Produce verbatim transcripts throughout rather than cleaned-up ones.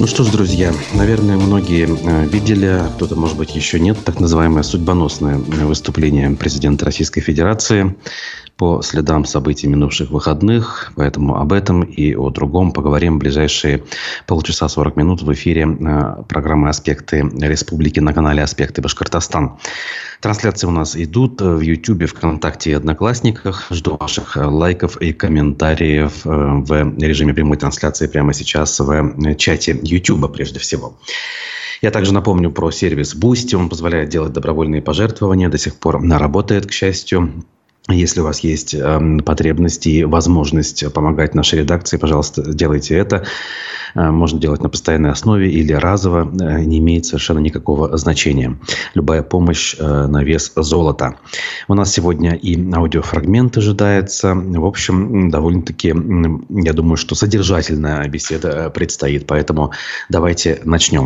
Ну что ж, друзья, наверное, многие видели, кто-то, может быть, еще нет, так называемое судьбоносное выступление президента Российской Федерации по следам событий минувших выходных. Поэтому об этом и о другом поговорим в ближайшие полчаса сорок минут в эфире программы «Аспекты Республики» на канале «Аспекты Башкортостан». Трансляции у нас идут в Ютубе, ВКонтакте и Одноклассниках. Жду ваших лайков и комментариев в режиме прямой трансляции прямо сейчас в чате Ютуба прежде всего. Я также напомню про сервис Boosty. Он позволяет делать добровольные пожертвования. До сих пор работает, к счастью. Если у вас есть э, потребность и возможность помогать нашей редакции, пожалуйста, делайте это. Э, можно делать на постоянной основе или разово. Э, не имеет совершенно никакого значения. Любая помощь э, на вес золота. У нас сегодня и аудиофрагмент ожидается. В общем, довольно-таки, я думаю, что содержательная беседа предстоит. Поэтому давайте начнем.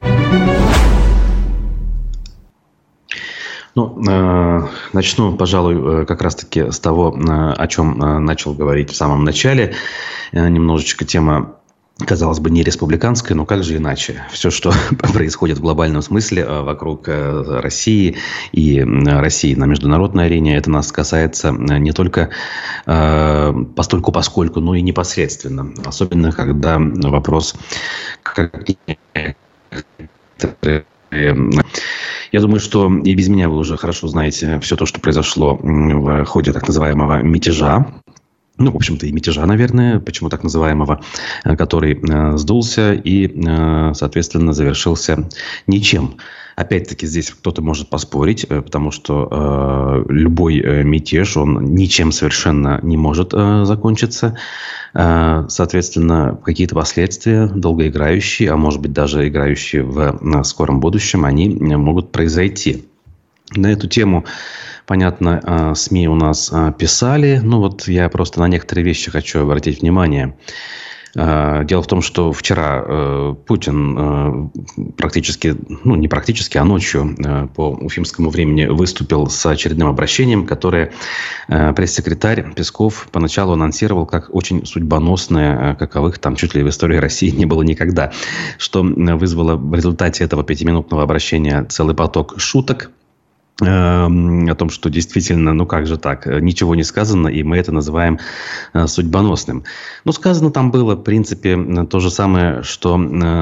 Ну, э, начну, пожалуй, как раз-таки с того, э, о чем э, начал говорить в самом начале. Э, немножечко тема, казалось бы, не республиканская, но как же иначе? Все, что происходит в глобальном смысле э, вокруг э, России и э, России на международной арене, это нас касается не только э, постольку-поскольку, но и непосредственно. Особенно, когда вопрос... Как... Я думаю, что и без меня вы уже хорошо знаете все то, что произошло в ходе так называемого мятежа. Ну, в общем-то, и мятежа, наверное, почему так называемого, который э, сдулся и, э, соответственно, завершился ничем. Опять-таки, здесь кто-то может поспорить, потому что э, любой э, мятеж, он ничем совершенно не может э, закончиться. Э, соответственно, какие-то последствия, долгоиграющие, а может быть, даже играющие в, в скором будущем, они могут произойти. На эту тему... Понятно, СМИ у нас писали. Ну, вот я просто на некоторые вещи хочу обратить внимание. Дело в том, что вчера Путин практически, ну, не практически, а ночью по уфимскому времени выступил с очередным обращением, которое пресс-секретарь Песков поначалу анонсировал как очень судьбоносное, каковых там чуть ли в истории России не было никогда, что вызвало в результате этого пятиминутного обращения целый поток шуток о том, что действительно, ну как же так, ничего не сказано, и мы это называем э, судьбоносным. Ну, сказано там было, в принципе, то же самое, что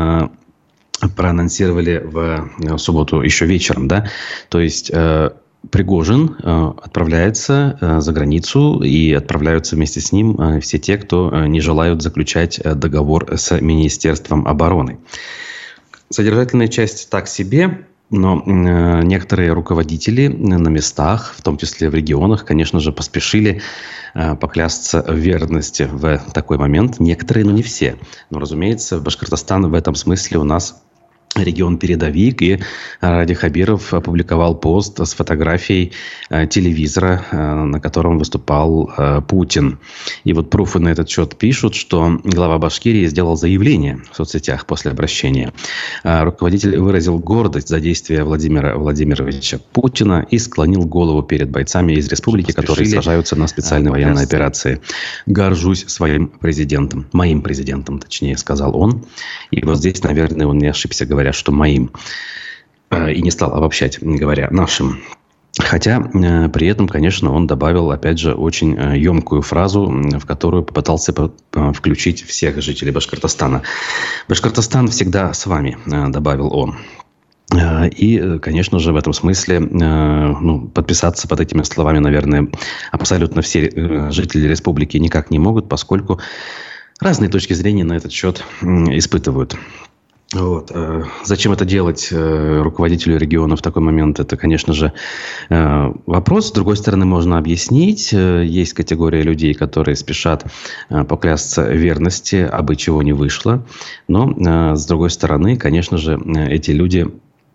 э, проанонсировали в, в субботу еще вечером, да, то есть... Э, Пригожин э, отправляется э, за границу, и отправляются вместе с ним э, все те, кто э, не желают заключать э, договор с Министерством обороны. Содержательная часть так себе. Но э, некоторые руководители на местах, в том числе в регионах, конечно же, поспешили э, поклясться в верности в такой момент. Некоторые, но не все. Но, разумеется, Башкортостан в этом смысле у нас регион передовик, и Ради Хабиров опубликовал пост с фотографией э, телевизора, э, на котором выступал э, Путин. И вот пруфы на этот счет пишут, что глава Башкирии сделал заявление в соцсетях после обращения. Э, руководитель выразил гордость за действия Владимира Владимировича Путина и склонил голову перед бойцами из республики, которые сражаются на специальной э, военной операции. «Горжусь своим президентом, моим президентом», точнее сказал он. И вот здесь, наверное, он не ошибся, говоря, что моим, и не стал обобщать, говоря нашим. Хотя э, при этом, конечно, он добавил, опять же, очень э, емкую фразу, в которую попытался по- э, включить всех жителей Башкортостана. «Башкортостан всегда с вами», э, добавил он. Э, и, конечно же, в этом смысле э, ну, подписаться под этими словами, наверное, абсолютно все э, жители республики никак не могут, поскольку разные точки зрения на этот счет э, испытывают. Вот. Зачем это делать руководителю региона в такой момент? Это, конечно же, вопрос. С другой стороны, можно объяснить. Есть категория людей, которые спешат поклясться верности, а бы чего не вышло. Но, с другой стороны, конечно же, эти люди,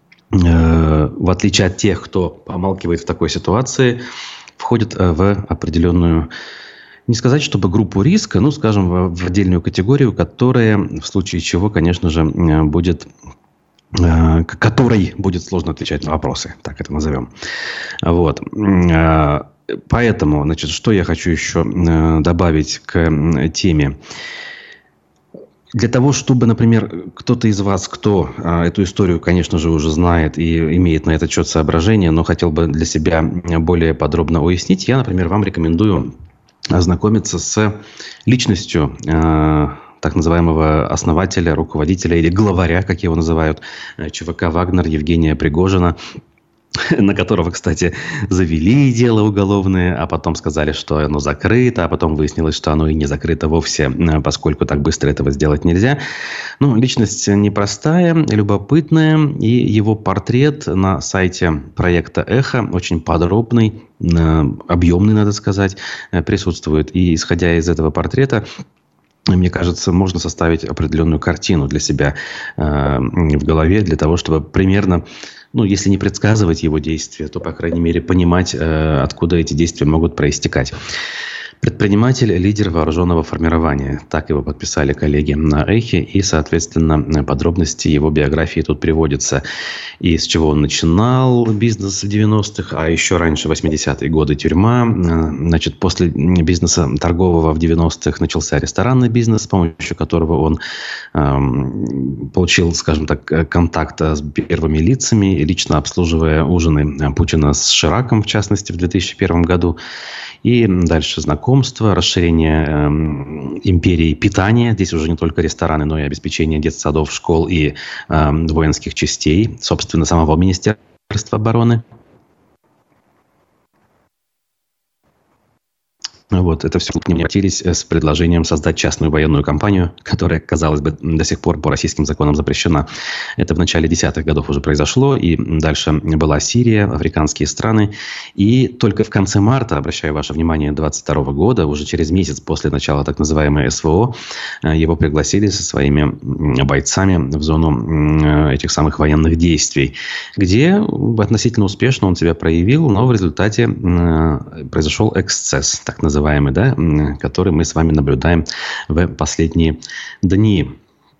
в отличие от тех, кто помалкивает в такой ситуации, входят в определенную... Не сказать, чтобы группу риска, ну, скажем, в, в отдельную категорию, которая, в случае чего, конечно же, будет, э, которой будет сложно отвечать на вопросы, так это назовем. Вот. Поэтому, значит, что я хочу еще э, добавить к теме. Для того, чтобы, например, кто-то из вас, кто а, эту историю, конечно же, уже знает и имеет на этот счет соображения, но хотел бы для себя более подробно уяснить, я, например, вам рекомендую ознакомиться с личностью а, так называемого основателя, руководителя или главаря, как его называют, ЧВК «Вагнер» Евгения Пригожина, на которого, кстати, завели дело уголовное, а потом сказали, что оно закрыто, а потом выяснилось, что оно и не закрыто вовсе, поскольку так быстро этого сделать нельзя. Ну, личность непростая, любопытная, и его портрет на сайте проекта «Эхо» очень подробный, объемный, надо сказать, присутствует. И исходя из этого портрета, мне кажется, можно составить определенную картину для себя э, в голове, для того, чтобы примерно, ну, если не предсказывать его действия, то, по крайней мере, понимать, э, откуда эти действия могут проистекать. Предприниматель, лидер вооруженного формирования. Так его подписали коллеги на «Эхе». И, соответственно, подробности его биографии тут приводятся. И с чего он начинал бизнес в девяностых, а еще раньше, восьмидесятые годы, тюрьма. Значит, после бизнеса торгового в девяностых начался ресторанный бизнес, с помощью которого он э, получил, скажем так, контакт с первыми лицами, лично обслуживая ужины Путина с Шираком, в частности, в две тысячи первом году. И дальше знакомство, расширение э, империи питания. Здесь уже не только рестораны, но и обеспечение детсадов, школ и э, воинских частей. Собственно, самого Министерства обороны. Вот, это все к ним обратились с предложением создать частную военную компанию, которая, казалось бы, до сих пор по российским законам запрещена. Это в начале десятых годов уже произошло, и дальше была Сирия, африканские страны. И только в конце марта, обращаю ваше внимание, двадцать второго года, уже через месяц после начала так называемой СВО, его пригласили со своими бойцами в зону этих самых военных действий, где относительно успешно он себя проявил, но в результате произошел эксцесс, так называемый. Называемый, да, который мы с вами наблюдаем в последние дни.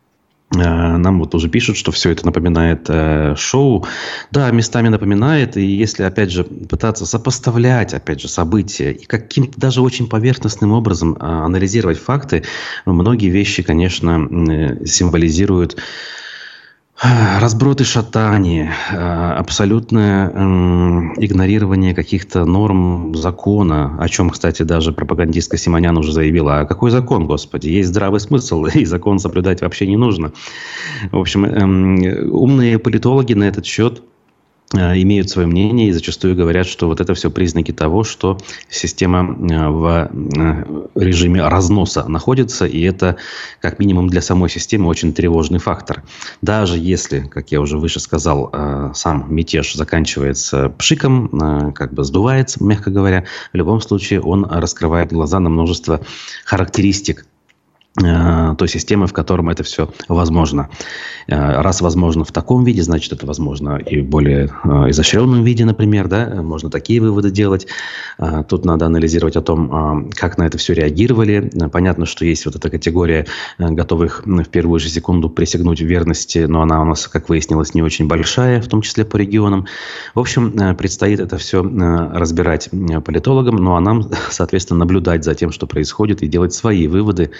Нам вот уже пишут, что все это напоминает э, шоу. Да, местами напоминает. И если, опять же, пытаться сопоставлять, опять же, события и каким-то даже очень поверхностным образом э, анализировать факты, многие вещи, конечно, э, символизируют разброд и шатание, абсолютное игнорирование каких-то норм закона, о чем, кстати, даже пропагандистка Симонян уже заявила. А какой закон, господи? Есть здравый смысл, и закон соблюдать вообще не нужно. В общем, умные политологи на этот счет имеют свое мнение и зачастую говорят, что вот это все признаки того, что система в режиме разноса находится, и это, как минимум, для самой системы очень тревожный фактор. Даже если, как я уже выше сказал, сам мятеж заканчивается пшиком, как бы сдувается, мягко говоря, в любом случае он раскрывает глаза на множество характеристик той системы, в котором это все возможно. Раз возможно в таком виде, значит, это возможно и в более изощренном виде, например, да, можно такие выводы делать. Тут надо анализировать о том, как на это все реагировали. Понятно, что есть вот эта категория готовых в первую же секунду присягнуть в верности, но она у нас, как выяснилось, не очень большая, в том числе по регионам. В общем, предстоит это все разбирать политологам, ну а нам, соответственно, наблюдать за тем, что происходит, и делать свои выводы.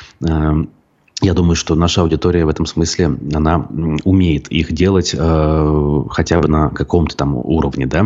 Я думаю, что наша аудитория в этом смысле, она умеет их делать э, хотя бы на каком-то там уровне, да.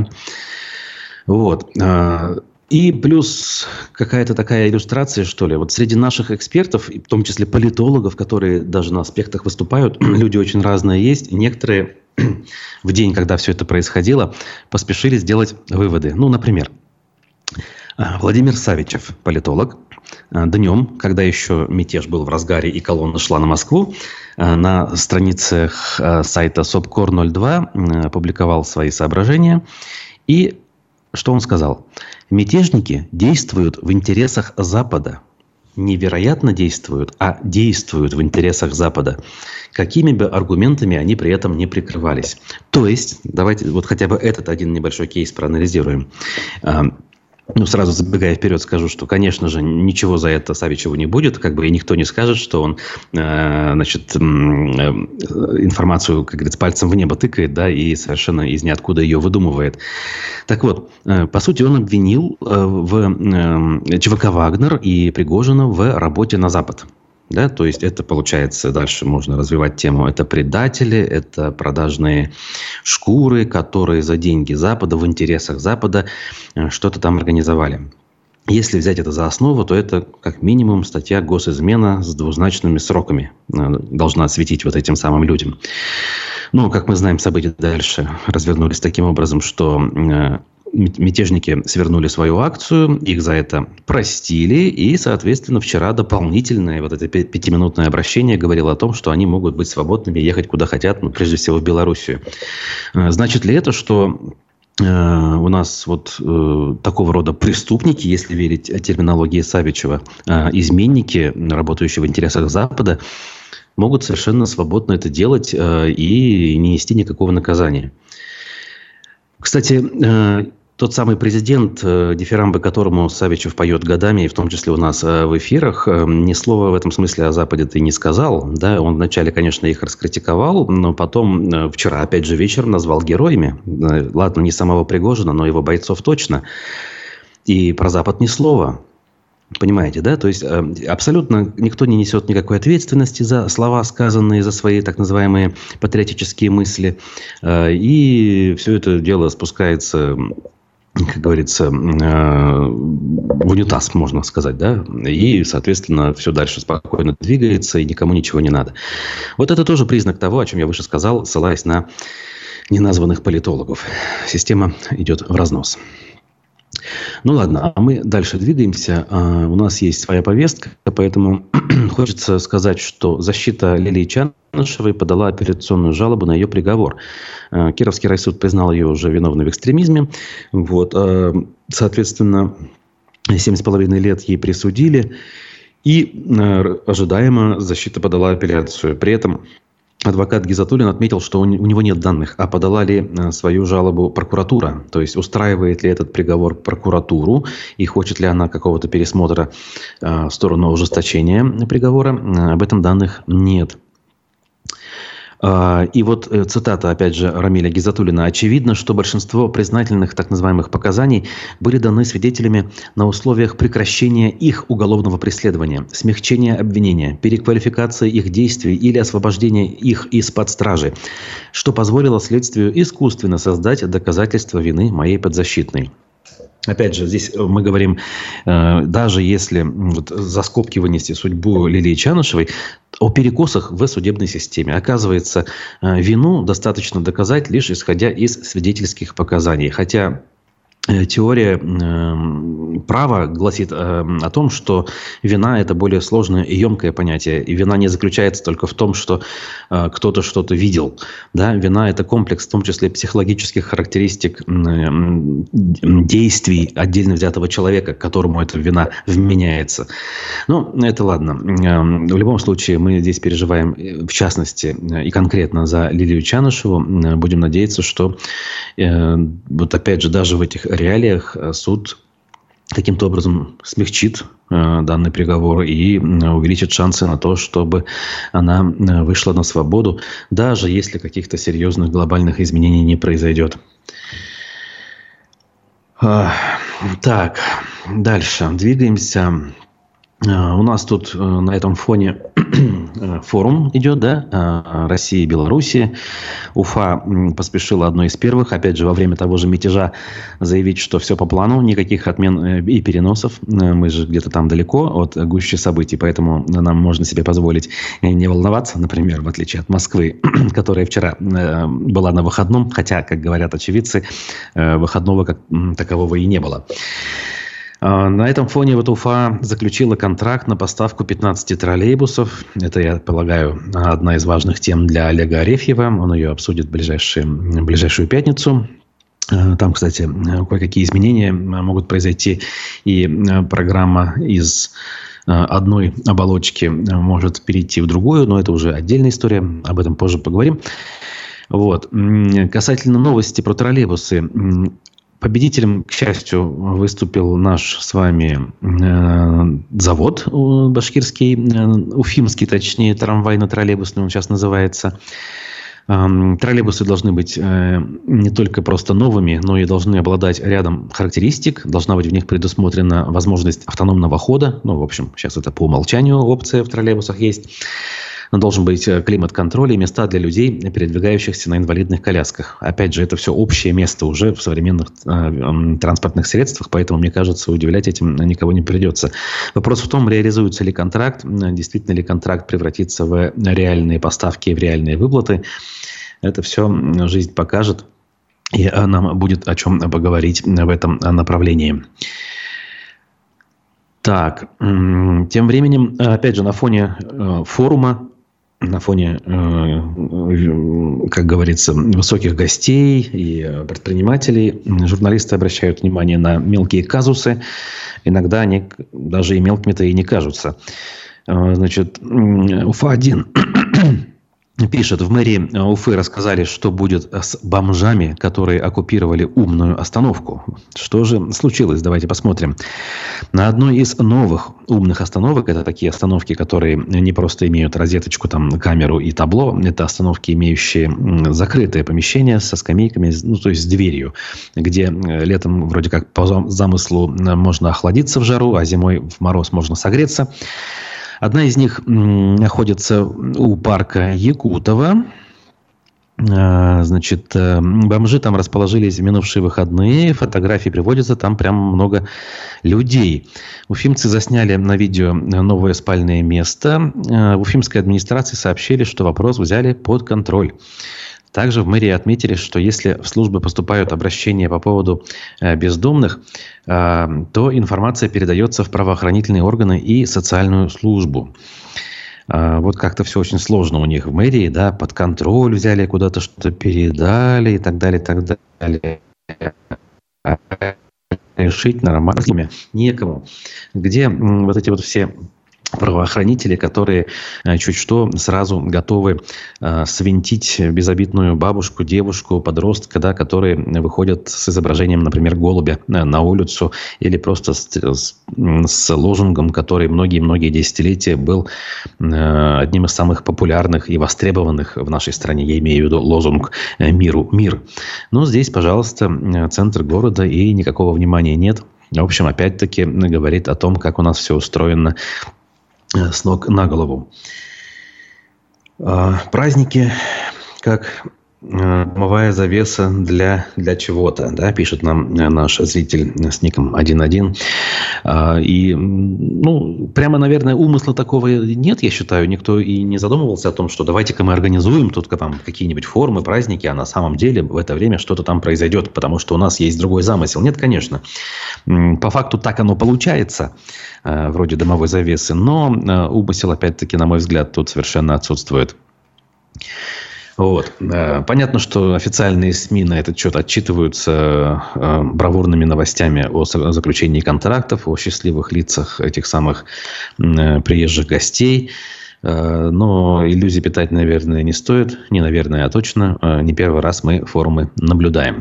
Вот. И плюс какая-то такая иллюстрация, что ли. Вот среди наших экспертов, в том числе политологов, которые даже на аспектах выступают, люди очень разные есть. Некоторые в день, когда все это происходило, поспешили сделать выводы. Ну, например, Владимир Савичев, политолог, днем, когда еще мятеж был в разгаре и колонна шла на Москву, на страницах сайта Сопкор ноль два опубликовал свои соображения. И что он сказал? Мятежники действуют в интересах Запада. Невероятно действуют, а действуют в интересах Запада. Какими бы аргументами они при этом не прикрывались. То есть, давайте вот хотя бы этот один небольшой кейс проанализируем. Ну, сразу забегая вперед, скажу, что, конечно же, ничего за это Савичеву не будет, как бы и никто не скажет, что он, э, значит, э, информацию, как говорится, пальцем в небо тыкает, да, и совершенно из ниоткуда ее выдумывает. Так вот, э, по сути, он обвинил э, в э, ЧВК «Вагнер» и Пригожина в работе на Запад. Да, то есть это получается, дальше можно развивать тему, это предатели, это продажные шкуры, которые за деньги Запада, в интересах Запада что-то там организовали. Если взять это за основу, то это как минимум статья госизмена с двузначными сроками должна светить вот этим самым людям. Ну, как мы знаем, события дальше развернулись таким образом, что мятежники свернули свою акцию, их за это простили, и, соответственно, вчера дополнительное вот это пятиминутное обращение говорило о том, что они могут быть свободными, ехать куда хотят, ну, прежде всего в Белоруссию. Значит ли это, что у нас вот э, такого рода преступники, если верить терминологии Савичева, э, изменники, работающие в интересах Запада, могут совершенно свободно это делать э, и не нести никакого наказания? Кстати, э, тот самый президент, э, дифирамбы которому Савичев поет годами, и в том числе у нас э, в эфирах, э, ни слова в этом смысле о Западе-то и не сказал. Да? Он вначале, конечно, их раскритиковал, но потом э, вчера, опять же, вечером назвал героями. Э, ладно, не самого Пригожина, но его бойцов точно. И про Запад ни слова. Понимаете, да? То есть э, абсолютно никто не несет никакой ответственности за слова, сказанные, за свои так называемые патриотические мысли. Э, и все это дело спускается, как говорится, э, в унитаз, можно сказать, да? И, соответственно, все дальше спокойно двигается, и никому ничего не надо. Вот это тоже признак того, о чем я выше сказал, ссылаясь на неназванных политологов. Система идет в разнос. Ну ладно, а мы дальше двигаемся. У нас есть своя повестка, поэтому хочется сказать, что защита Лилии Чанышевой подала апелляционную жалобу на ее приговор. Кировский райсуд признал ее уже виновной в экстремизме. Вот, соответственно, семь с половиной лет ей присудили. И ожидаемо защита подала апелляцию. При этом адвокат Гизатуллин отметил, что у него нет данных, а подала ли свою жалобу прокуратура. То есть, устраивает ли этот приговор прокуратуру и хочет ли она какого-то пересмотра в сторону ужесточения приговора. Об этом данных нет. И вот цитата, опять же, Рамиля Гизатуллина. «Очевидно, что большинство признательных так называемых показаний были даны свидетелями на условиях прекращения их уголовного преследования, смягчения обвинения, переквалификации их действий или освобождения их из-под стражи, что позволило следствию искусственно создать доказательства вины моей подзащитной». Опять же, здесь мы говорим, даже если вот за скобки вынести судьбу Лилии Чанышевой, о перекосах в судебной системе. Оказывается, вину достаточно доказать, лишь исходя из свидетельских показаний. Хотя теория э, права гласит э, о том, что вина – это более сложное и емкое понятие. И вина не заключается только в том, что э, кто-то что-то видел. Да? Вина – это комплекс, в том числе психологических характеристик э, действий отдельно взятого человека, к которому эта вина вменяется. Ну, это ладно. Э, в любом случае, мы здесь переживаем, в частности, и конкретно за Лилию Чанышеву. Э, будем надеяться, что э, вот опять же, даже в этих реалиях суд каким-то образом смягчит э, данный приговор и э, увеличит шансы на то, чтобы она э, вышла на свободу, даже если каких-то серьезных глобальных изменений не произойдет. Э, так, дальше двигаемся. Э, у нас тут э, на этом фоне форум идет, да, России и Белоруссии. Уфа поспешила одной из первых, опять же, во время того же мятежа заявить, что все по плану, никаких отмен и переносов. Мы же где-то там далеко от гуще событий, поэтому нам можно себе позволить не волноваться, например, в отличие от Москвы, которая вчера была на выходном, хотя, как говорят очевидцы, выходного как такового и не было. На этом фоне вот Уфа заключила контракт на поставку пятнадцати троллейбусов. Это, я полагаю, одна из важных тем для Олега Арефьева. Он ее обсудит в ближайшую, в ближайшую пятницу. Там, кстати, кое-какие изменения могут произойти. И программа из одной оболочки может перейти в другую. Но это уже отдельная история. Об этом позже поговорим. Вот. Касательно новости про троллейбусы. Победителем, к счастью, выступил наш с вами э, завод башкирский, э, уфимский, точнее, трамвайно-троллейбусный он сейчас называется. Троллейбусы должны быть не только просто новыми, но и должны обладать рядом характеристик. Должна быть в них предусмотрена возможность автономного хода. Ну, в общем, сейчас это по умолчанию опция в троллейбусах есть. Должен быть климат-контроль и места для людей, передвигающихся на инвалидных колясках. Опять же, это все общее место уже в современных э, транспортных средствах, поэтому, мне кажется, удивлять этим никого не придется. Вопрос в том, реализуется ли контракт, действительно ли контракт превратится в реальные поставки, в реальные выплаты. Это все жизнь покажет, и нам будет о чем поговорить в этом направлении. Так, тем временем, опять же, на фоне форума, на фоне, как говорится, высоких гостей и предпринимателей, журналисты обращают внимание на мелкие казусы. Иногда они даже и мелкими-то и не кажутся. Значит, Уфа-один пишет: в мэрии Уфы рассказали, что будет с бомжами, которые оккупировали умную остановку. Что же случилось? Давайте посмотрим. На одной из новых умных остановок, это такие остановки, которые не просто имеют розеточку, там, камеру и табло, это остановки, имеющие закрытое помещение со скамейками, ну, то есть с дверью, где летом вроде как по замыслу можно охладиться в жару, а зимой в мороз можно согреться. Одна из них находится у парка Якутова. Значит, бомжи там расположились в минувшие выходные. Фотографии приводятся, там прям много людей. Уфимцы засняли на видео новое спальное место. В уфимской администрации сообщили, что вопрос взяли под контроль. Также в мэрии отметили, что если в службы поступают обращения по поводу бездомных, то информация передается в правоохранительные органы и социальную службу. Вот как-то все очень сложно у них в мэрии, да, под контроль взяли, куда-то что-то передали и так далее, и так далее. Решить нормально некому. Где вот эти вот все правоохранители, которые чуть что сразу готовы э, свинтить безобидную бабушку, девушку, подростка, да, которые выходят с изображением, например, голубя на улицу, или просто с, с, с лозунгом, который многие-многие десятилетия был э, одним из самых популярных и востребованных в нашей стране. Я имею в виду лозунг «Миру мир». Но здесь, пожалуйста, центр города, и никакого внимания нет. В общем, опять-таки говорит о том, как у нас все устроено с ног на голову. Праздники как дымовая завеса для, для чего-то, да, пишет нам наш зритель с ником один один. И, ну, прямо, наверное, умысла такого нет, я считаю. Никто и не задумывался о том, что давайте-ка мы организуем тут там какие-нибудь формы, праздники, а на самом деле в это время что-то там произойдет, потому что у нас есть другой замысел. Нет, конечно. По факту так оно получается, вроде дымовой завесы, но умысел, опять-таки, на мой взгляд, тут совершенно отсутствует. Вот. Понятно, что официальные СМИ на этот счет отчитываются бравурными новостями о заключении контрактов, о счастливых лицах этих самых приезжих гостей. Но иллюзий питать, наверное, не стоит. Не наверное, а точно. Не первый раз мы форумы наблюдаем.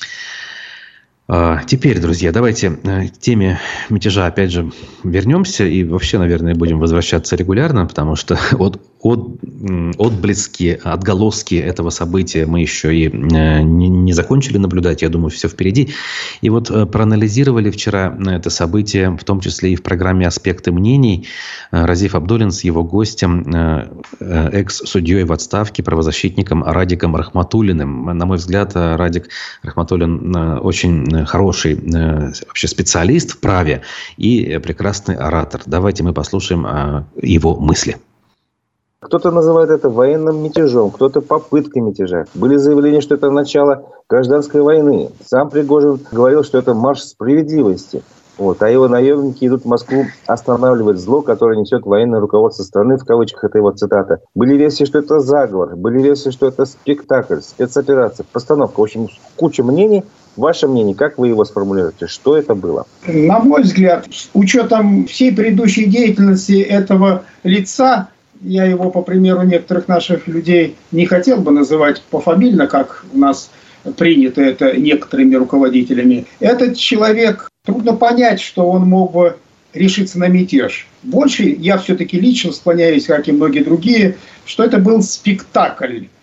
Теперь, друзья, давайте к теме мятежа опять же вернемся. И вообще, наверное, будем возвращаться регулярно, потому что от, от, отблески, отголоски этого события мы еще и не, не закончили наблюдать. Я думаю, все впереди. И вот проанализировали вчера это событие, в том числе и в программе «Аспекты мнений». Разиф Абдуллин с его гостем, экс-судьей в отставке, правозащитником Радиком Рахматуллиным. На мой взгляд, Радик Рахматуллин очень хороший э, вообще специалист в праве и прекрасный оратор. Давайте мы послушаем э, его мысли. Кто-то называет это военным мятежом, кто-то попыткой мятежа. Были заявления, что это начало гражданской войны. Сам Пригожин говорил, что это марш справедливости. Вот, а его наемники идут в Москву останавливать зло, которое несет военное руководство страны, в кавычках, это его цитата. Были версии, что это заговор, были версии, что это спектакль, спецоперация, постановка. В общем, куча мнений. Ваше мнение, как вы его сформулируете? Что это было? На мой взгляд, с учетом всей предыдущей деятельности этого лица, я его, по примеру некоторых наших людей, не хотел бы называть пофамильно, как у нас принято это некоторыми руководителями. Этот человек, трудно понять, что он мог бы решиться на мятеж. Больше я все-таки лично склоняюсь, как и многие другие, что это был спектакль.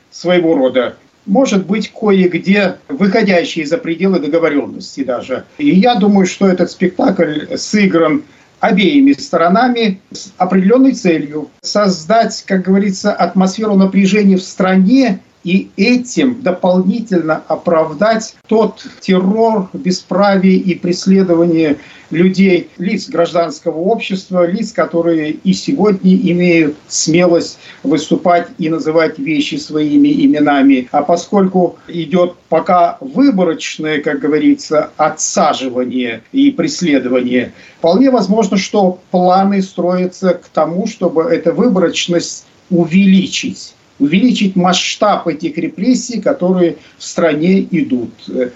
своего рода, может быть, кое-где выходящие за пределы договоренности даже. И я думаю, что этот спектакль сыгран обеими сторонами с определенной целью – создать, как говорится, атмосферу напряжения в стране и этим дополнительно оправдать тот террор, бесправие и преследование людей, лиц гражданского общества, лиц, которые и сегодня имеют смелость выступать и называть вещи своими именами. А поскольку идет пока выборочное, как говорится, отсаживание и преследование, вполне возможно, что планы строятся к тому, чтобы эту выборочность увеличить. увеличить масштаб этих репрессий, которые в стране идут.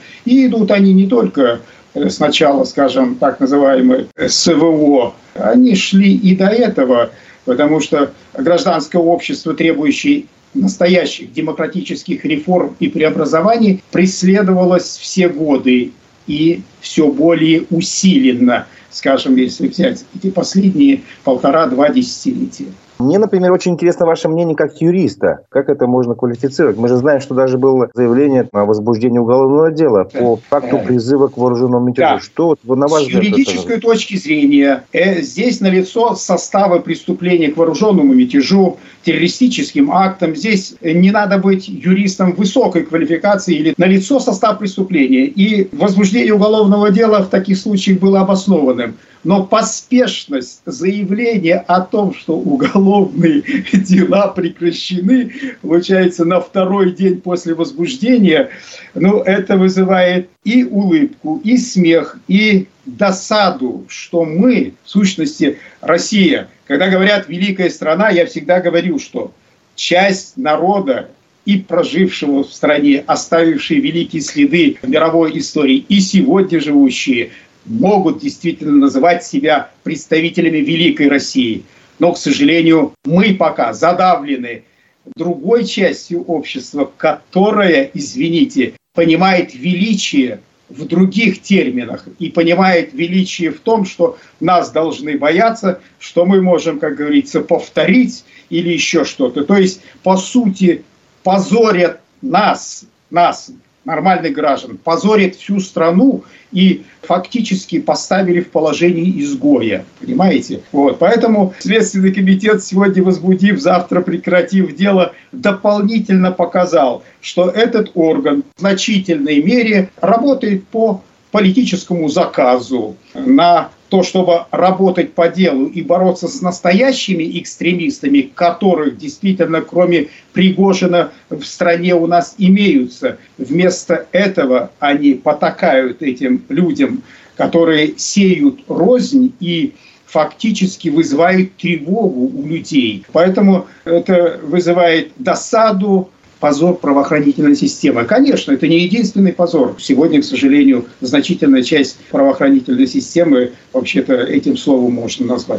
И идут они не только сначала, скажем, так называемые СВО, они шли и до этого, потому что гражданское общество, требующее настоящих демократических реформ и преобразований, преследовалось все годы и все более усиленно, скажем, если взять эти последние полтора-два десятилетия. Мне, например, очень интересно ваше мнение как юриста. Как это можно квалифицировать? Мы же знаем, что даже было заявление о возбуждении уголовного дела по факту призыва к вооруженному мятежу. Да. Что, на ваш С юридической это... точки зрения, э, здесь налицо составы преступления к вооруженному мятежу, террористическим актам. Здесь не надо быть юристом высокой квалификации или налицо состав преступления. И возбуждение уголовного дела в таких случаях было обоснованным. Но поспешность заявления о том, что уголовные дела прекращены, получается, на второй день после возбуждения, ну, это вызывает и улыбку, и смех, и досаду, что мы, в сущности, Россия, когда говорят «великая страна», я всегда говорю, что часть народа, и прожившего в стране, оставившие великие следы в мировой истории, и сегодня живущие, могут действительно называть себя представителями великой России. Но, к сожалению, мы пока задавлены другой частью общества, которая, извините, понимает величие в других терминах и понимает величие в том, что нас должны бояться, что мы можем, как говорится, повторить или еще что-то. То есть, по сути, позорят нас, нас, нормальных граждан, позорят всю страну и фактически поставили в положение изгоя. Понимаете? Вот. Поэтому Следственный комитет, сегодня возбудив, завтра прекратив дело, дополнительно показал, что этот орган в значительной мере работает по политическому заказу на то, чтобы работать по делу и бороться с настоящими экстремистами, которых действительно, кроме Пригожина, в стране у нас имеются. Вместо этого они потакают этим людям, которые сеют рознь и фактически вызывают тревогу у людей. Поэтому это вызывает досаду, позор правоохранительной системы. Конечно, это не единственный позор. Сегодня, к сожалению, значительная часть правоохранительной системы вообще-то этим словом можно назвать.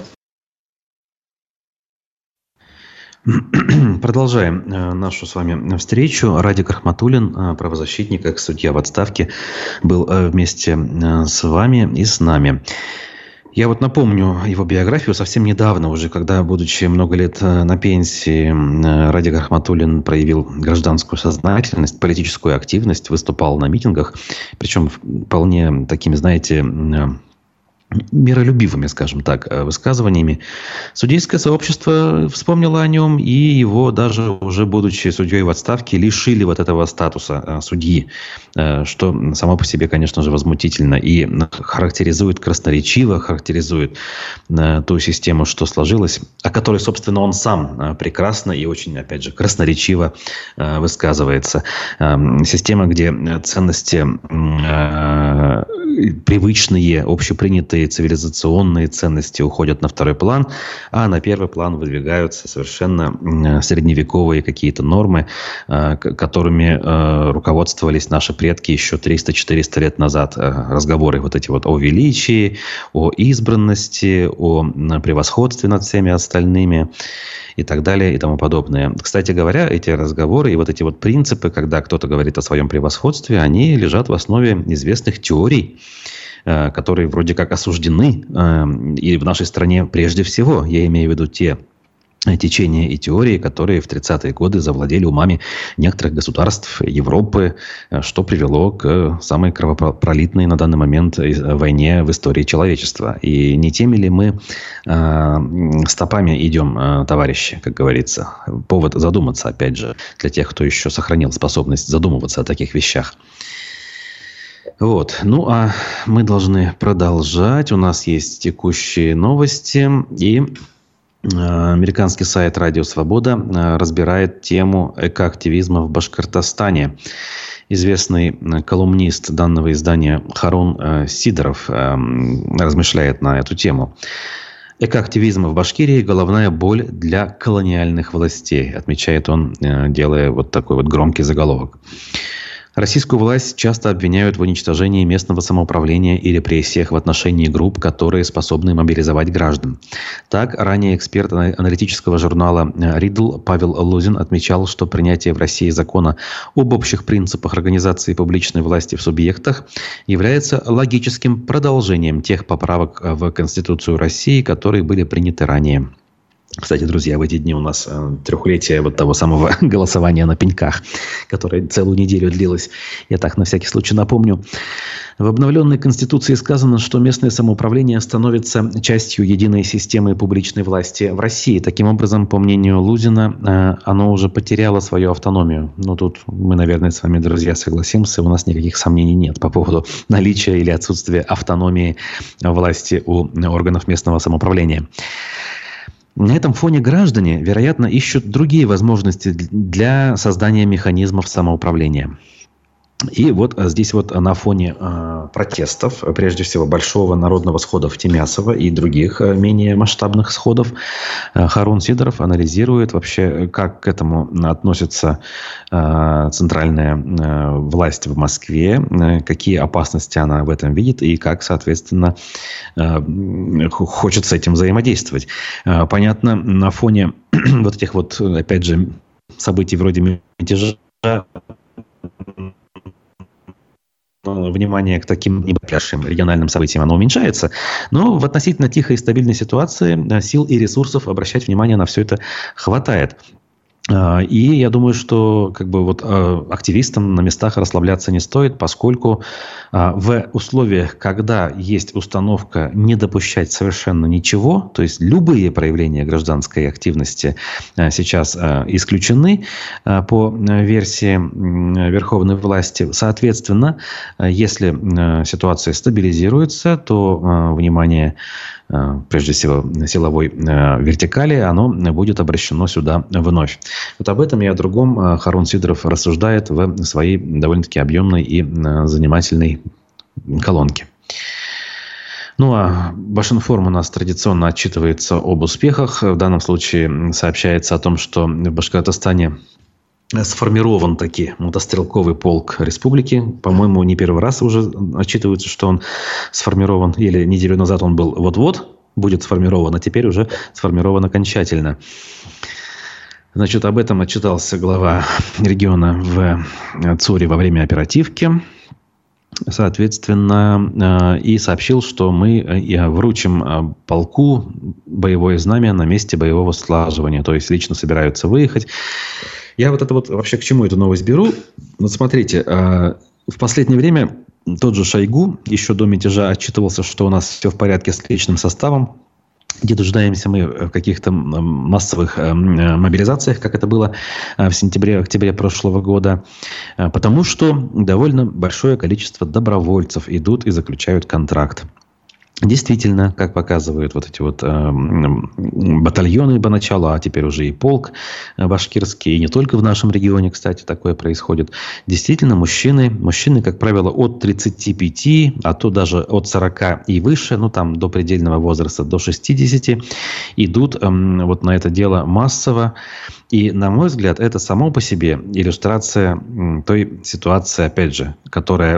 Продолжаем нашу с вами встречу. Радик Рахматуллин, правозащитник, экс-судья в отставке, был вместе с вами и с нами. Я вот напомню его биографию совсем недавно уже, когда, будучи много лет на пенсии, Радик Рахматуллин проявил гражданскую сознательность, политическую активность, выступал на митингах, причем вполне такими, знаете, миролюбивыми, скажем так, высказываниями. Судейское сообщество вспомнило о нем, и его, даже уже будучи судьей в отставке, лишили вот этого статуса судьи, что само по себе, конечно же, возмутительно и характеризует красноречиво, характеризует ту систему, что сложилась, о которой, собственно, он сам прекрасно и очень, опять же, красноречиво высказывается. Система, где ценности привычные, общепринятые цивилизационные ценности уходят на второй план, а на первый план выдвигаются совершенно средневековые какие-то нормы, которыми руководствовались наши предки еще триста-четыреста лет назад. Разговоры вот эти вот о величии, о избранности, о превосходстве над всеми остальными и так далее и тому подобное. Кстати говоря, эти разговоры и вот эти вот принципы, когда кто-то говорит о своем превосходстве, они лежат в основе известных теорий, которые вроде как осуждены и в нашей стране прежде всего. Я имею в виду те течения и теории, которые в тридцатые годы завладели умами некоторых государств Европы, что привело к самой кровопролитной на данный момент войне в истории человечества. И не теми ли мы э, стопами идем, э, товарищи, как говорится? Повод задуматься, опять же, для тех, кто еще сохранил способность задумываться о таких вещах. Вот. Ну, а мы должны продолжать. У нас есть текущие новости. И американский сайт «Радио Свобода» разбирает тему экоактивизма в Башкортостане. Известный колумнист данного издания Харун Сидоров размышляет на эту тему. Экоактивизм в Башкирии – головная боль для колониальных властей, отмечает он, делая вот такой вот громкий заголовок. Российскую власть часто обвиняют в уничтожении местного самоуправления и репрессиях в отношении групп, которые способны мобилизовать граждан. Так, ранее эксперт аналитического журнала «Ридл» Павел Лузин отмечал, что принятие в России закона об общих принципах организации публичной власти в субъектах является логическим продолжением тех поправок в Конституцию России, которые были приняты ранее. Кстати, друзья, в эти дни у нас э, трехлетие вот того самого голосования на пеньках, которое целую неделю длилось. Я так на всякий случай напомню. В обновленной Конституции сказано, что местное самоуправление становится частью единой системы публичной власти в России. Таким образом, по мнению Лузина, э, оно уже потеряло свою автономию. Но тут мы, наверное, с вами, друзья, согласимся. У нас никаких сомнений нет по поводу наличия или отсутствия автономии власти у органов местного самоуправления. На этом фоне граждане, вероятно, ищут другие возможности для создания механизмов самоуправления. И вот здесь вот на фоне э, протестов, прежде всего большого народного схода в Тимясово и других э, менее масштабных сходов, э, Харун Сидоров анализирует вообще, как к этому относится э, центральная э, власть в Москве, э, какие опасности она в этом видит и как, соответственно, э, хочет с этим взаимодействовать. Э, понятно, на фоне вот этих вот, опять же, событий вроде мятежа, внимание к таким небольшим региональным событиям оно уменьшается, но в относительно тихой и стабильной ситуации сил и ресурсов обращать внимание на все это хватает. И я думаю, что как бы вот активистам на местах расслабляться не стоит, поскольку в условиях, когда есть установка не допускать совершенно ничего, то есть любые проявления гражданской активности сейчас исключены по версии верховной власти. Соответственно, если ситуация стабилизируется, то внимание, прежде всего, силовой вертикали, оно будет обращено сюда вновь. Вот об этом и о другом Харун Сидоров рассуждает в своей довольно-таки объемной и занимательной колонке. Ну а Башинформ у нас традиционно отчитывается об успехах. В данном случае сообщается о том, что в Башкортостане сформирован таки мотострелковый полк республики. По-моему, не первый раз уже отчитывается, что он сформирован. Или неделю назад он был вот-вот, будет сформирован, а теперь уже сформирован окончательно. Значит, об этом отчитался глава региона в ЦОРе во время оперативки. Соответственно, и сообщил, что мы вручим полку боевое знамя на месте боевого слаживания. То есть лично собираются выехать. Я вот это вот вообще к чему эту новость беру? Вот смотрите, в последнее время тот же Шойгу еще до мятежа отчитывался, что у нас все в порядке с личным составом. Не дожидаемся мы в каких-то массовых мобилизациях, как это было в сентябре-октябре прошлого года, потому что довольно большое количество добровольцев идут и заключают контракт. Действительно, как показывают вот эти вот э, батальоны поначалу, а теперь уже и полк башкирский, и не только в нашем регионе, кстати, такое происходит. Действительно, мужчины, мужчины, как правило, от тридцати пяти, а то даже от сорока и выше, ну там до предельного возраста, до шестидесяти, идут э, вот на это дело массово. И, на мой взгляд, это само по себе иллюстрация э, той ситуации, опять же, которая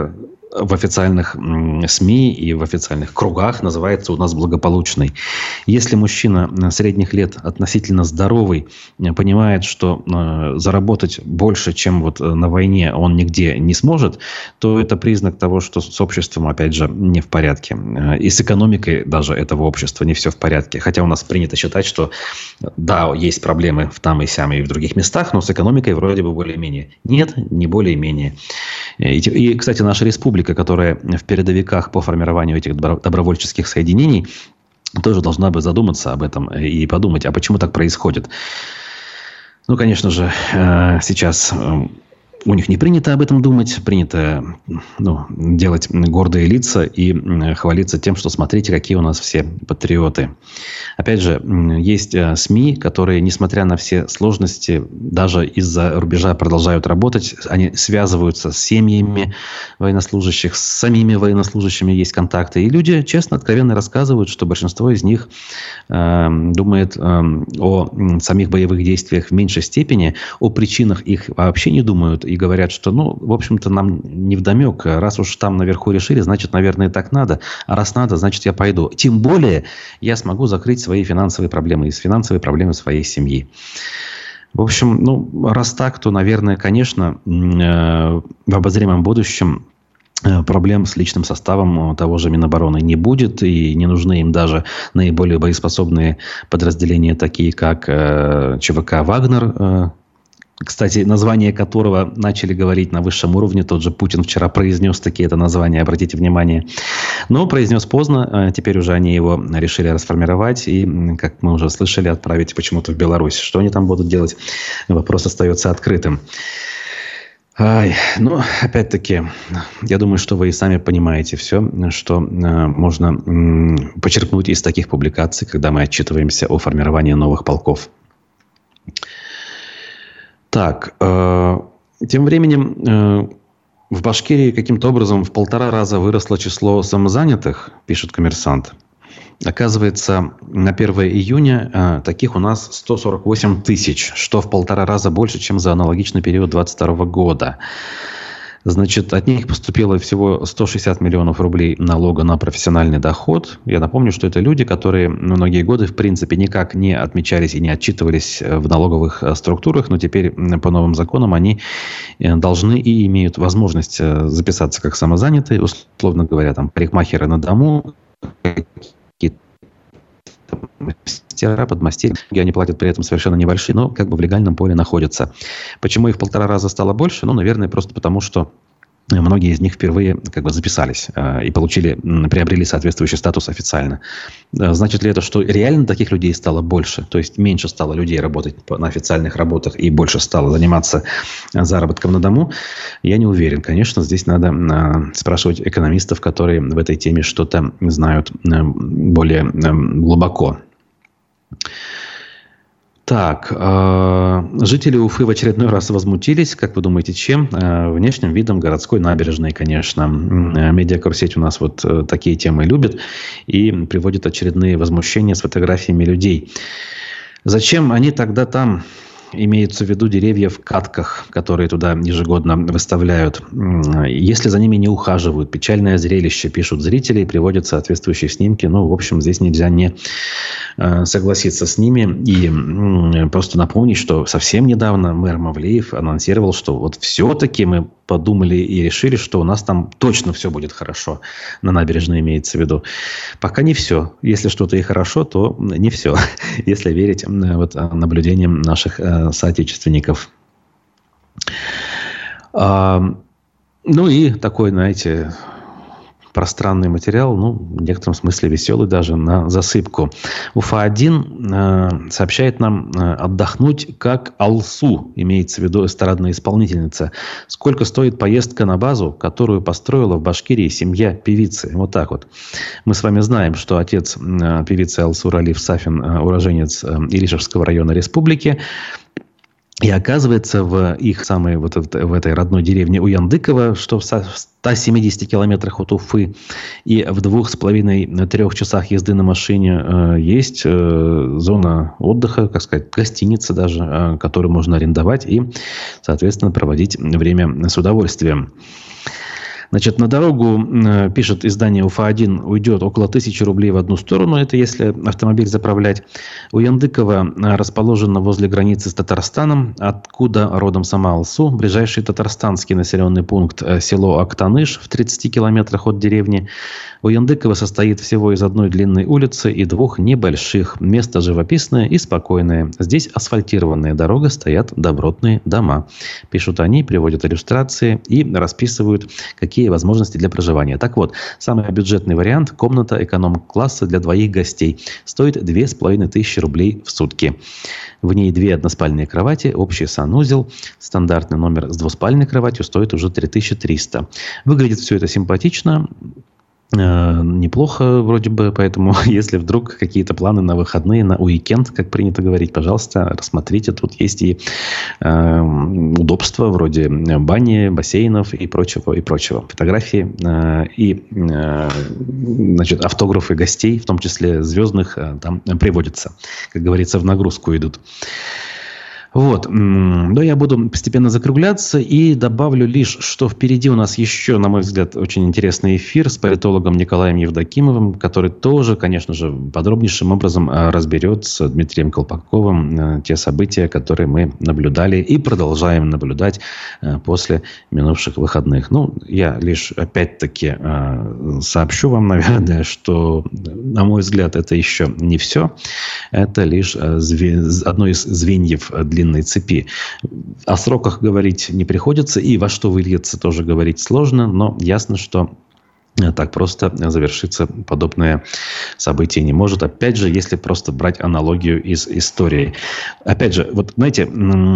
в официальных СМИ и в официальных кругах называется у нас благополучной. Если мужчина средних лет, относительно здоровый, понимает, что заработать больше, чем вот на войне, он нигде не сможет, то это признак того, что с обществом, опять же, не в порядке. И с экономикой даже этого общества не все в порядке. Хотя у нас принято считать, что да, есть проблемы в там и сям и в других местах, но с экономикой вроде бы более-менее. Нет, не более-менее. И, и, кстати, наша республика, которая в передовиках по формированию этих добровольческих соединений, тоже должна бы задуматься об этом и подумать, а почему так происходит. Ну, конечно же, сейчас у них не принято об этом думать, принято ну, делать гордые лица и хвалиться тем, что смотрите, какие у нас все патриоты. Опять же, есть СМИ, которые, несмотря на все сложности, даже из-за рубежа продолжают работать. Они связываются с семьями военнослужащих, с самими военнослужащими есть контакты. И люди честно, откровенно рассказывают, что большинство из них э, думает э, о самих боевых действиях в меньшей степени, о причинах их вообще не думают. И говорят, что, ну, в общем-то, нам невдомек. Раз уж там наверху решили, значит, наверное, так надо. А раз надо, значит, я пойду. Тем более, я смогу закрыть свои финансовые проблемы, из финансовые проблемы своей семьи. В общем, ну, раз так, то, наверное, конечно, в обозримом будущем проблем с личным составом того же Минобороны не будет. И не нужны им даже наиболее боеспособные подразделения, такие как ЧВК «Вагнер», кстати, название которого начали говорить на высшем уровне. Тот же Путин вчера произнес такие это названия, обратите внимание. Но произнес поздно. Теперь уже они его решили расформировать и, как мы уже слышали, отправить почему-то в Беларусь. Что они там будут делать? Вопрос остается открытым. Ай, ну, опять-таки, я думаю, что вы и сами понимаете все, что э, можно э, почерпнуть из таких публикаций, когда мы отчитываемся о формировании новых полков. Так, э, тем временем э, в Башкирии каким-то образом в полтора раза выросло число самозанятых, пишет «Коммерсант». Оказывается, на первое июня э, таких у нас сто сорок восемь тысяч, что в полтора раза больше, чем за аналогичный период две тысячи двадцать второго года. Значит, от них поступило всего сто шестьдесят миллионов рублей налога на профессиональный доход. Я напомню, что это люди, которые многие годы, в принципе, никак не отмечались и не отчитывались в налоговых структурах, но теперь по новым законам они должны и имеют возможность записаться как самозанятые, условно говоря, там, парикмахеры на дому, какие-то мастера, подмастерья. Они платят при этом совершенно небольшие, но как бы в легальном поле находятся. Почему их в полтора раза стало больше? Ну, наверное, просто потому, что многие из них впервые как бы записались э, и получили, приобрели соответствующий статус официально. Э, значит ли это, что реально таких людей стало больше? То есть меньше стало людей работать на официальных работах и больше стало заниматься заработком на дому? Я не уверен. Конечно, здесь надо э, спрашивать экономистов, которые в этой теме что-то знают э, более э, глубоко. Так, э, жители Уфы в очередной раз возмутились. Как вы думаете, чем? Э, внешним видом городской набережной, конечно. Э, медиакурсеть у нас вот э, такие темы любит и приводит очередные возмущения с фотографиями людей. Зачем они тогда там? Имеются в виду деревья в катках, которые туда ежегодно выставляют. Если за ними не ухаживают, печальное зрелище, пишут зрители, и приводят соответствующие снимки. Ну, в общем, здесь нельзя не согласиться с ними. И просто напомнить, что совсем недавно мэр Мавлеев анонсировал, что вот все-таки мы подумали и решили, что у нас там точно все будет хорошо. На набережной имеется в виду. Пока не все. Если что-то и хорошо, то не все. Если верить вот наблюдениям наших соотечественников. А, ну и такой, знаете, пространный материал, ну, в некотором смысле веселый даже, на засыпку. Уфа-один э, сообщает нам э, отдохнуть как Алсу, имеется в виду эстрадная исполнительница. Сколько стоит поездка на базу, которую построила в Башкирии семья певицы? Вот так вот. Мы с вами знаем, что отец э, певицы Алсу Ралиф Сафин, э, уроженец э, Иришевского района республики. И оказывается, в их самой вот в этой родной деревне Уяндыково, что в ста семидесяти километрах от Уфы и в двух с половиной-трех часах езды на машине, есть зона отдыха, как сказать, гостиница даже, которую можно арендовать и, соответственно, проводить время с удовольствием. Значит, на дорогу, пишет издание Уфа один, уйдет около тысячи рублей в одну сторону. Это если автомобиль заправлять. У Яндыкова расположено возле границы с Татарстаном, откуда родом сама Алсу. Ближайший татарстанский населенный пункт – село Актаныш в тридцати километрах от деревни. У Яндыкова состоит всего из одной длинной улицы и двух небольших. Место живописное и спокойное. Здесь асфальтированная дорога, стоят добротные дома. Пишут они, приводят иллюстрации и расписывают, какие возможности для проживания. Так вот, самый бюджетный вариант – комната эконом-класса для двоих гостей. Стоит две с половиной тысячи рублей в сутки. В ней две односпальные кровати, общий санузел. Стандартный номер с двуспальной кроватью стоит уже три тысячи триста. Выглядит все это симпатично. Неплохо вроде бы, поэтому если вдруг какие-то планы на выходные, на уикенд, как принято говорить, пожалуйста, рассмотрите. Тут есть и э, удобства вроде бани, бассейнов и прочего, и прочего. Фотографии э, и э, значит, автографы гостей, в том числе звездных, э, там приводятся. Как говорится, в нагрузку идут. Вот. Но я буду постепенно закругляться и добавлю лишь, что впереди у нас еще, на мой взгляд, очень интересный эфир с политологом Николаем Евдокимовым, который тоже, конечно же, подробнейшим образом разберет с Дмитрием Колпаковым те события, которые мы наблюдали и продолжаем наблюдать после минувших выходных. Ну, я лишь опять-таки сообщу вам, наверное, что, на мой взгляд, это еще не все. Это лишь одно из звеньев длинной цепи. О сроках говорить не приходится, и во что выльется тоже говорить сложно, но ясно, что так просто завершиться подобное событие не может. Опять же, если просто брать аналогию из истории. Опять же, вот знаете,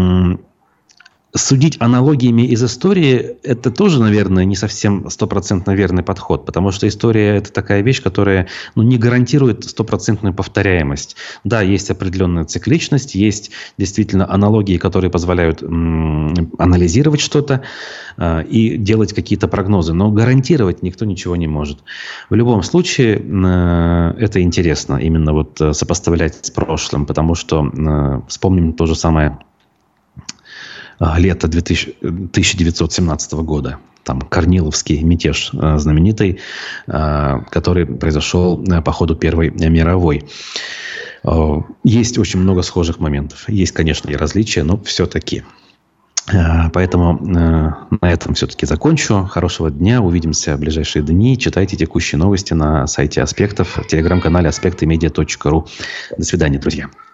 судить аналогиями из истории – это тоже, наверное, не совсем стопроцентно верный подход, потому что история – это такая вещь, которая ну, не гарантирует стопроцентную повторяемость. Да, есть определенная цикличность, есть действительно аналогии, которые позволяют м- анализировать что-то э, и делать какие-то прогнозы, но гарантировать никто ничего не может. В любом случае, э, это интересно именно вот сопоставлять с прошлым, потому что э, вспомним то же самое лето тысяча девятьсот семнадцатого года. Там Корниловский мятеж знаменитый, который произошел по ходу Первой мировой. Есть очень много схожих моментов. Есть, конечно, и различия, но все-таки. Поэтому на этом все-таки закончу. Хорошего дня. Увидимся в ближайшие дни. Читайте текущие новости на сайте Аспектов, в телеграм-канале аспекты медиа точка ру. До свидания, друзья.